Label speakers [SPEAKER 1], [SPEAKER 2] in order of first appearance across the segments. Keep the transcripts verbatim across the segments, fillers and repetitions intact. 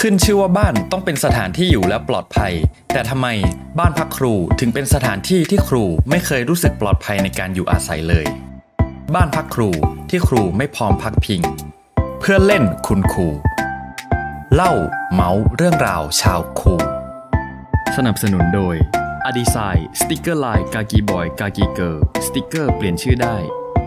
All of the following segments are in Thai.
[SPEAKER 1] ขึ้นชื่อว่าบ้านต้องเป็นสถานที่อยู่และปลอดภัยแต่ทำไมบ้านพักครูถึงเป็นสถานที่ที่ครูไม่เคยรู้สึกปลอดภัยในการอยู่อาศัยเลยบ้านพักครูที่ครูไม่พร้อมพักพิงเพื่อเล่นคุณครูเล่าเมาส์เรื่องราวชาวครูสนับสนุนโดยอดีไซน์สติกเกอร์ลายกากีบอยกากีเกิร์ลสติกเกอร์เปลี่ยนชื่อได้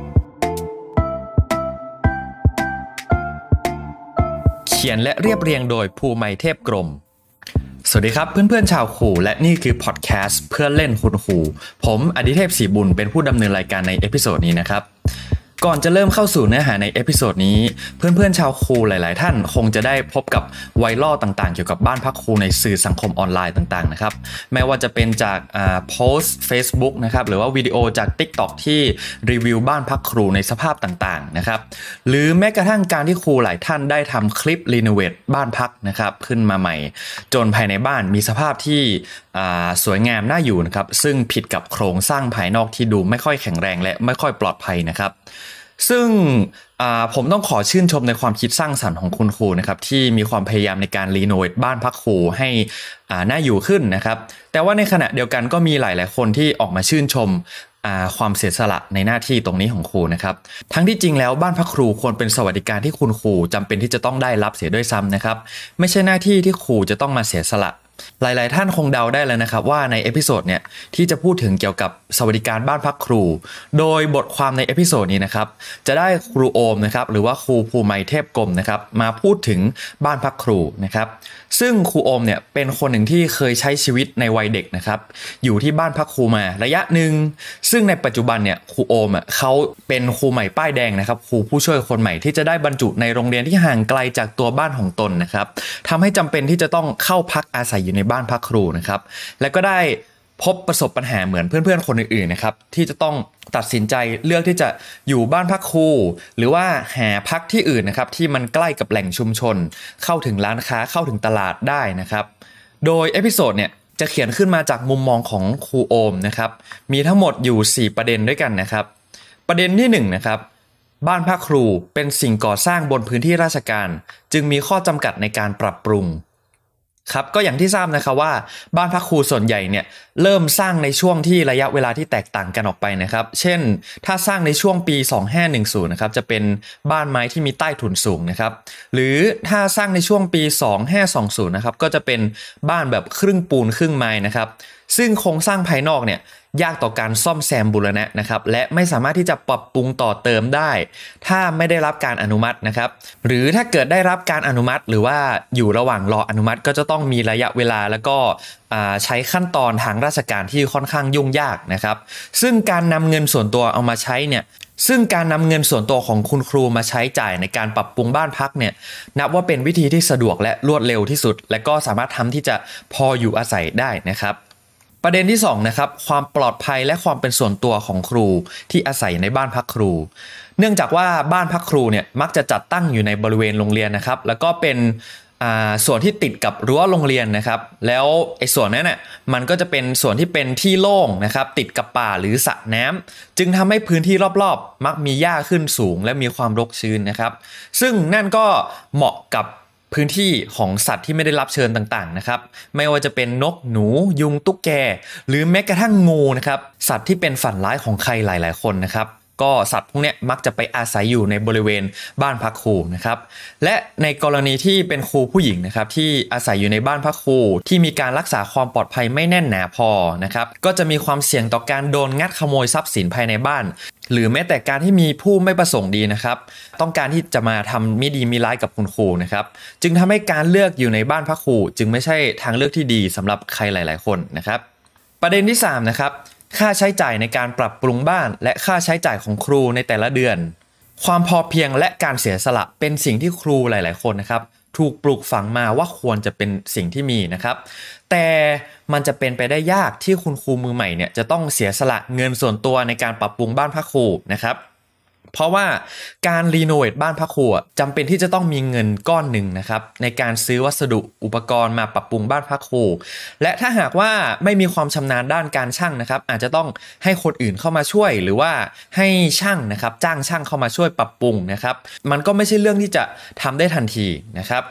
[SPEAKER 1] เขียนและเรียบเรียงโดยภูมิเทพกรมสวัสดีครับเพื่อนๆชาวครูและนี่คือพอดแคสต์เพื่อเล่นคุณครูผมอดิเทพศรีบุญเป็นผู้ดำเนินรายการในเอพิโซดนี้นะครับก่อนจะเริ่มเข้าสู่เนื้อหาในเอพิโซดนี้เพื่อนๆชาวครูหลายๆท่านคงจะได้พบกับไวรัลต่างๆเกี่ยวกับบ้านพักครูในสื่อสังคมออนไลน์ต่างๆนะครับไม่ว่าจะเป็นจากอ่าโพสต์ Facebook นะครับหรือว่าวิดีโอจาก TikTok ที่รีวิวบ้านพักครูในสภาพต่างๆนะครับหรือแม้กระทั่งการที่ครูหลายท่านได้ทำคลิปรีโนเวทบ้านพักนะครับขึ้นมาใหม่จนภายในบ้านมีสภาพที่อ่าสวยงามน่าอยู่นะครับซึ่งผิดกับโครงสร้างภายนอกที่ดูไม่ค่อยแข็งแรงและไม่ค่อยปลอดภัยนะครับซึ่งผมต้องขอชื่นชมในความคิดสร้างสรรค์ของคุณครูนะครับที่มีความพยายามในการรีโนเวทบ้านพักครูให้น่าอยู่ขึ้นนะครับแต่ว่าในขณะเดียวกันก็มีหลายๆคนที่ออกมาชื่นชมความเสียสละในหน้าที่ตรงนี้ของครูนะครับทั้งที่จริงแล้วบ้านพักครูควรเป็นสวัสดิการที่คุณครูจำเป็นที่จะต้องได้รับเสียด้วยซ้ำนะครับไม่ใช่หน้าที่ที่ครูจะต้องมาเสียสละหลายๆท่านคงเดาได้แล้วนะครับว่าในเอพิโซดเนี่ยที่จะพูดถึงเกี่ยวกับสวัสดิการบ้านพักครูโดยบทความในเอพิโซดนี้นะครับจะได้ครูโอมนะครับหรือว่าครูภูมิเทพกรมนะครับมาพูดถึงบ้านพักครูนะครับซึ่งครูโอมเนี่ยเป็นคนหนึ่งที่เคยใช้ชีวิตในวัยเด็กนะครับอยู่ที่บ้านพักครูมาระยะหนึ่งซึ่งในปัจจุบันเนี่ยครูโอมอ่ะเขาเป็นครูใหม่ป้ายแดงนะครับครูผู้ช่วยคนใหม่ที่จะได้บรรจุในโรงเรียนที่ห่างไกลจากตัวบ้านของตนนะครับทำให้จำเป็นที่จะต้องเข้าพักอาศัยอยู่ในบ้านพักครูนะครับและก็ได้พบประสบปัญหาเหมือนเพื่อนๆคนอื่นๆนะครับที่จะต้องตัดสินใจเลือกที่จะอยู่บ้านพักครูหรือว่าหาพักที่อื่นนะครับที่มันใกล้กับแหล่งชุมชนเข้าถึงร้านค้าเข้าถึงตลาดได้นะครับโดยเอพิโซดเนี่ยจะเขียนขึ้นมาจากมุมมองของครูโอมนะครับมีทั้งหมดอยู่สี่ประเด็นด้วยกันนะครับประเด็นที่หนึ่งนะครับบ้านพักครูเป็นสิ่งก่อสร้างบนพื้นที่ราชการจึงมีข้อจำกัดในการปรับปรุงครับก็อย่างที่ทราบนะครับว่าบ้านพักครูส่วนใหญ่เนี่ยเริ่มสร้างในช่วงที่ระยะเวลาที่แตกต่างกันออกไปนะครับเช่นถ้าสร้างในช่วงปีสองพันห้าร้อยสิบนะครับจะเป็นบ้านไม้ที่มีใต้ถุนสูงนะครับหรือถ้าสร้างในช่วงปีสองพันห้าร้อยยี่สิบนะครับก็จะเป็นบ้านแบบครึ่งปูนครึ่งไม้นะครับซึ่งโครงสร้างภายนอกเนี่ยยากต่อการซ่อมแซมบูรณะนะครับและไม่สามารถที่จะปรับปรุงต่อเติมได้ถ้าไม่ได้รับการอนุมัตินะครับหรือถ้าเกิดได้รับการอนุมัติหรือว่าอยู่ระหว่างรออนุมัติก็จะต้องมีระยะเวลาแล้วก็ใช้ขั้นตอนทางราชการที่ค่อนข้างยุ่งยากนะครับซึ่งการนำเงินส่วนตัวเอามาใช้เนี่ยซึ่งการนำเงินส่วนตัวของคุณครูมาใช้จ่ายในการปรับปรุงบ้านพักเนี่ยนับว่าเป็นวิธีที่สะดวกและรวดเร็วที่สุดและก็สามารถทำที่จะพออยู่อาศัยได้นะครับประเด็นที่สองนะครับความปลอดภัยและความเป็นส่วนตัวของครูที่อาศัยในบ้านพักครูเนื่องจากว่าบ้านพักครูเนี่ยมักจะจัดตั้งอยู่ในบริเวณโรงเรียนนะครับแล้วก็เป็นอ่าส่วนที่ติดกับรั้วโรงเรียนนะครับแล้วไอ้ส่วนนั้นน่ะมันก็จะเป็นส่วนที่เป็นที่โล่งนะครับติดกับป่าหรือสระน้ำจึงทำให้พื้นที่รอบๆมักมีหญ้าขึ้นสูงและมีความรกชื้นนะครับซึ่งนั่นก็เหมาะกับพื้นที่ของสัตว์ที่ไม่ได้รับเชิญต่างๆนะครับไม่ว่าจะเป็นนกหนูยุงตุ๊กแกหรือแม้กระทั่งงูนะครับสัตว์ที่เป็นฝันร้ายของใครหลายๆคนนะครับก็สัตว์พวกนี้มักจะไปอาศัยอยู่ในบริเวณบ้านพักครูนะครับและในกรณีที่เป็นครูผู้หญิงนะครับที่อาศัยอยู่ในบ้านพักครูที่มีการรักษาความปลอดภัยไม่แน่นหนาพอนะครับก็จะมีความเสี่ยงต่อการโดนงัดขโมยทรัพย์สินภายในบ้านหรือแม้แต่การที่มีผู้ไม่ประสงค์ดีนะครับต้องการที่จะมาทำไม่ดีมีร้ายกับคุณครูนะครับจึงทำให้การเลือกอยู่ในบ้านพักครูจึงไม่ใช่ทางเลือกที่ดีสำหรับใครหลายๆคนนะครับประเด็นที่สามนะครับค่าใช้จ่ายในการปรับปรุงบ้านและค่าใช้จ่ายของครูในแต่ละเดือนความพอเพียงและการเสียสละเป็นสิ่งที่ครูหลายๆคนนะครับถูกปลูกฝังมาว่าควรจะเป็นสิ่งที่มีนะครับแต่มันจะเป็นไปได้ยากที่คุณครูมือใหม่เนี่ยจะต้องเสียสละเงินส่วนตัวในการปรับปรุงบ้านพักครูนะครับเพราะว่าการรีโนเวทบ้านพักครูจำเป็นที่จะต้องมีเงินก้อนหนึ่งนะครับในการซื้อวัสดุอุปกรณ์มาปรับปรุงบ้านพักครูและถ้าหากว่าไม่มีความชำนาญด้านการช่างนะครับอาจจะต้องให้คนอื่นเข้ามาช่วยหรือว่าให้ช่างนะครับจ้างช่างเข้ามาช่วยปรับปรุงนะครับมันก็ไม่ใช่เรื่องที่จะทำได้ทันทีนะครับ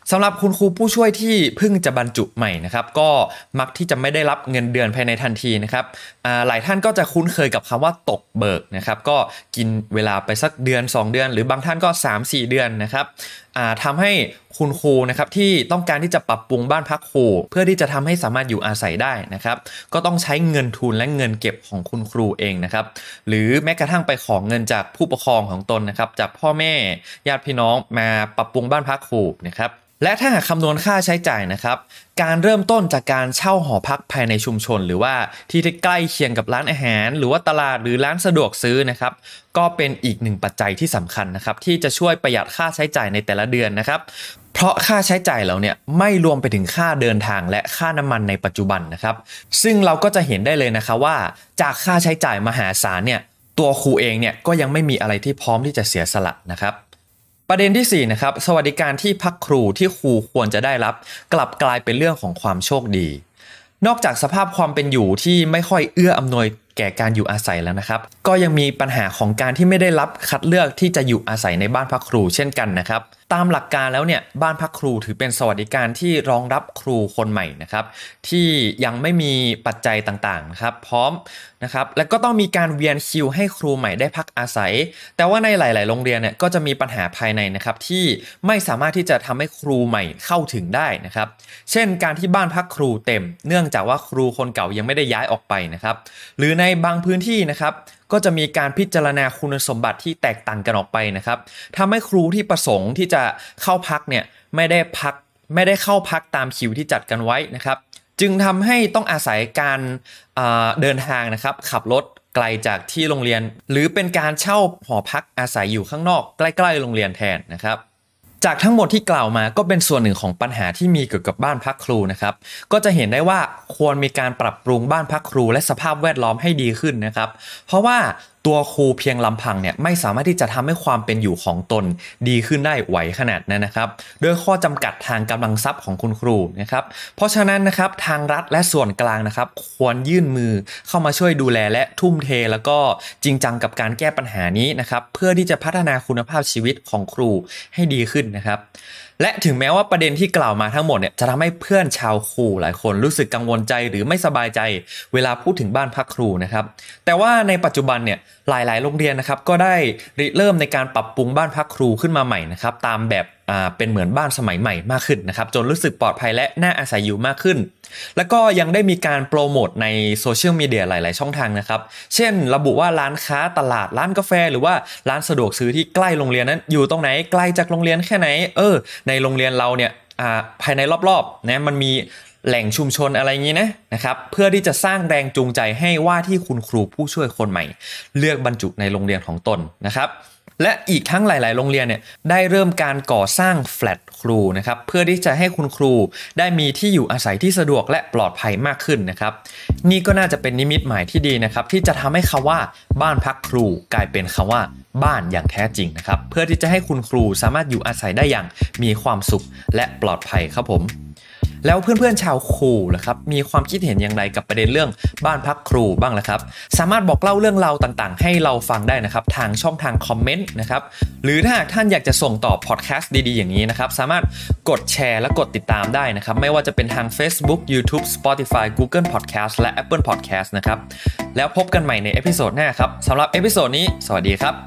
[SPEAKER 1] สำหรับคุณครูผู้ช่วยที่เพิ่งจะบรรจุใหม่นะครับก็มักที่จะไม่ได้รับเงินเดือนภายในทันทีนะครับหลายท่านก็จะคุ้นเคยกับคำว่าตกเบิกนะครับก็กินเวลาไปสักเดือนสองเดือนหรือบางท่านก็ สามถึงสี่ เดือนนะครับทำให้คุณครูนะครับที่ต้องการที่จะปรับปรุงบ้านพักครูเพื่อที่จะทำให้สามารถอยู่อาศัยได้นะครับก็ต้องใช้เงินทุนและเงินเก็บของคุณครูเองนะครับหรือแม้กระทั่งไปขอเงินจากผู้ปกครองของตนนะครับจากพ่อแม่ญาติพี่น้องมาปรับปรุงบ้านพักครูนะครับและถ้าหากคำนวณค่าใช้จ่ายนะครับการเริ่มต้นจากการเช่าหอพักภายในชุมชนหรือว่าที่ใกล้เคียงกับร้านอาหารหรือว่าตลาดหรือร้านสะดวกซื้อนะครับก็เป็นอีกหนึ่งปัจจัยที่สำคัญนะครับที่จะช่วยประหยัดค่าใช้จ่ายในแต่ละเดือนนะครับเพราะค่าใช้จ่ายเหล่านี้ไม่รวมไปถึงค่าเดินทางและค่าน้ำมันในปัจจุบันนะครับซึ่งเราก็จะเห็นได้เลยนะคะว่าจากค่าใช้จ่ายมหาศาลเนี่ยตัวครูเองเนี่ยก็ยังไม่มีอะไรที่พร้อมที่จะเสียสละนะครับประเด็นที่สี่นะครับสวัสดิการที่พักครูที่ครูควรจะได้รับกลับกลายเป็นเรื่องของความโชคดีนอกจากสภาพความเป็นอยู่ที่ไม่ค่อยเอื้ออำนวยแก่การอยู่อาศัยแล้วนะครับก็ยังมีปัญหาของการที่ไม่ได้รับคัดเลือกที่จะอยู่อาศัยในบ้านพักครูเช่นกันนะครับตามหลักการแล้วเนี่ยบ้านพักครูถือเป็นสวัสดิการที่รองรับครูคนใหม่นะครับที่ยังไม่มีปัจจัยต่างๆนะครับพร้อมนะครับแล้วก็ต้องมีการเวียนคิวให้ครูใหม่ได้พักอาศัยแต่ว่าในหลายๆโรงเรียนเนี่ยก็จะมีปัญหาภายในนะครับที่ไม่สามารถที่จะทำให้ครูใหม่เข้าถึงได้นะครับเช่นการที่บ้านพักครูเต็มเนื่องจากว่าครูคนเก่ายังไม่ได้ย้ายออกไปนะครับหรือในบางพื้นที่นะครับก็จะมีการพิจารณาคุณสมบัติที่แตกต่างกันออกไปนะครับทำให้ครูที่ประสงค์ที่จะเข้าพักเนี่ยไม่ได้พักไม่ได้เข้าพักตามคิวที่จัดกันไว้นะครับจึงทำให้ต้องอาศัยการเดินทางนะครับขับรถไกลจากที่โรงเรียนหรือเป็นการเช่าหอพักอาศัยอยู่ข้างนอกใกล้ๆโรงเรียนแทนนะครับจากทั้งหมดที่กล่าวมาก็เป็นส่วนหนึ่งของปัญหาที่มีเกี่ยวกับบ้านพักครูนะครับก็จะเห็นได้ว่าควรมีการปรับปรุงบ้านพักครูและสภาพแวดล้อมให้ดีขึ้นนะครับเพราะว่าตัวครูเพียงลำพังเนี่ยไม่สามารถที่จะทำให้ความเป็นอยู่ของตนดีขึ้นได้ไหวขนาดนั้นนะครับด้วยข้อจำกัดทางกำลังทรัพย์ของคุณครูนะครับเพราะฉะนั้นนะครับทางรัฐและส่วนกลางนะครับควรยื่นมือเข้ามาช่วยดูแลและทุ่มเทแล้วก็จริงจังกับการแก้ปัญหานี้นะครับเพื่อที่จะพัฒนาคุณภาพชีวิตของครูให้ดีขึ้นนะครับและถึงแม้ว่าประเด็นที่กล่าวมาทั้งหมดเนี่ยจะทำให้เพื่อนชาวครูหลายคนรู้สึกกังวลใจหรือไม่สบายใจเวลาพูดถึงบ้านพักครูนะครับแต่ว่าในปัจจุบันเนี่ยหลายๆโรงเรียนนะครับก็ได้ริเริ่มในการปรับปรุงบ้านพักครูขึ้นมาใหม่นะครับตามแบบอ่าเป็นเหมือนบ้านสมัยใหม่มากขึ้นนะครับจนรู้สึกปลอดภัยและน่าอาศัยอยู่มากขึ้นแล้วก็ยังได้มีการโปรโมทในโซเชียลมีเดียหลายๆช่องทางนะครับเช่นระบุว่าร้านค้าตลาดร้านกาแฟหรือว่าร้านสะดวกซื้อที่ใกล้โรงเรียนนั้นอยู่ตรงไหนไกลจากโรงเรียนแค่ไหนเออในโรงเรียนเราเนี่ยอ่าภายในรอบๆนะมันมีแหล่งชุมชนอะไรอย่างนี้นะนะครับเพื่อที่จะสร้างแรงจูงใจให้ว่าที่คุณครูผู้ช่วยคนใหม่เลือกบรรจุในโรงเรียนของตนนะครับและอีกทั้งหลายๆโรงเรียนเนี่ยได้เริ่มการก่อสร้างแฟลตครูนะครับเพื่อที่จะให้คุณครูได้มีที่อยู่อาศัยที่สะดวกและปลอดภัยมากขึ้นนะครับนี่ก็น่าจะเป็นนิมิตหมายที่ดีนะครับที่จะทำให้คำว่าบ้านพักครูกลายเป็นคำว่าบ้านอย่างแท้จริงนะครับเพื่อที่จะให้คุณครูสามารถอยู่อาศัยได้อย่างมีความสุขและปลอดภัยครับผมแล้วเพื่อนๆชาวครูล่ะครับมีความคิดเห็นอย่างไรกับประเด็นเรื่องบ้านพักครูบ้างล่ะครับสามารถบอกเล่าเรื่องราวต่างๆให้เราฟังได้นะครับทางช่องทางคอมเมนต์นะครับหรือถ้าหากท่านอยากจะส่งต่อพอดแคสต์ดีๆอย่างนี้นะครับสามารถกดแชร์และกดติดตามได้นะครับไม่ว่าจะเป็นทาง Facebook YouTube Spotify Google Podcast และ Apple Podcast นะครับแล้วพบกันใหม่ในเอพิโซดหน้าครับสำหรับเอพิโซดนี้สวัสดีครับ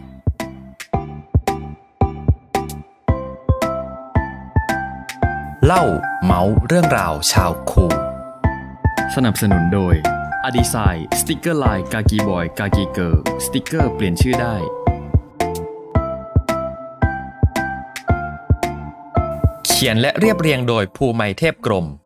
[SPEAKER 1] เล่าเมาส์เรื่องราวชาวคูสนับสนุนโดย อ ดี ไซน์ สติกเกอร์ลายกากีบอยกากีเกิร์ลสติกเกอร์เปลี่ยนชื่อได้เขียนและเรียบเรียงโดยภูไมเทพกรม